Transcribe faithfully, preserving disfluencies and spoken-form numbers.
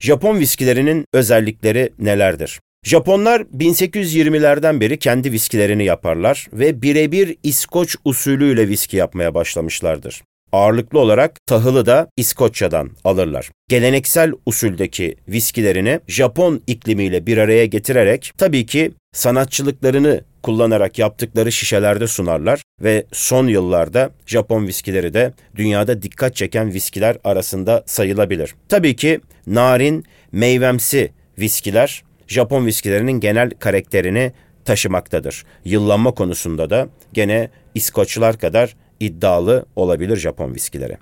Japon viskilerinin özellikleri nelerdir? Japonlar bin sekiz yüz yirmilerden beri kendi viskilerini yaparlar ve birebir İskoç usulüyle viski yapmaya başlamışlardır. Ağırlıklı olarak tahılı da İskoçya'dan alırlar. Geleneksel usuldeki viskilerini Japon iklimiyle bir araya getirerek tabii ki sanatçılıklarını kullanarak yaptıkları şişelerde sunarlar ve son yıllarda Japon viskileri de dünyada dikkat çeken viskiler arasında sayılabilir. Tabii ki narin, meyvemsi viskiler Japon viskilerinin genel karakterini taşımaktadır. Yıllanma konusunda da gene İskoçlar kadar iddialı olabilir Japon viskileri.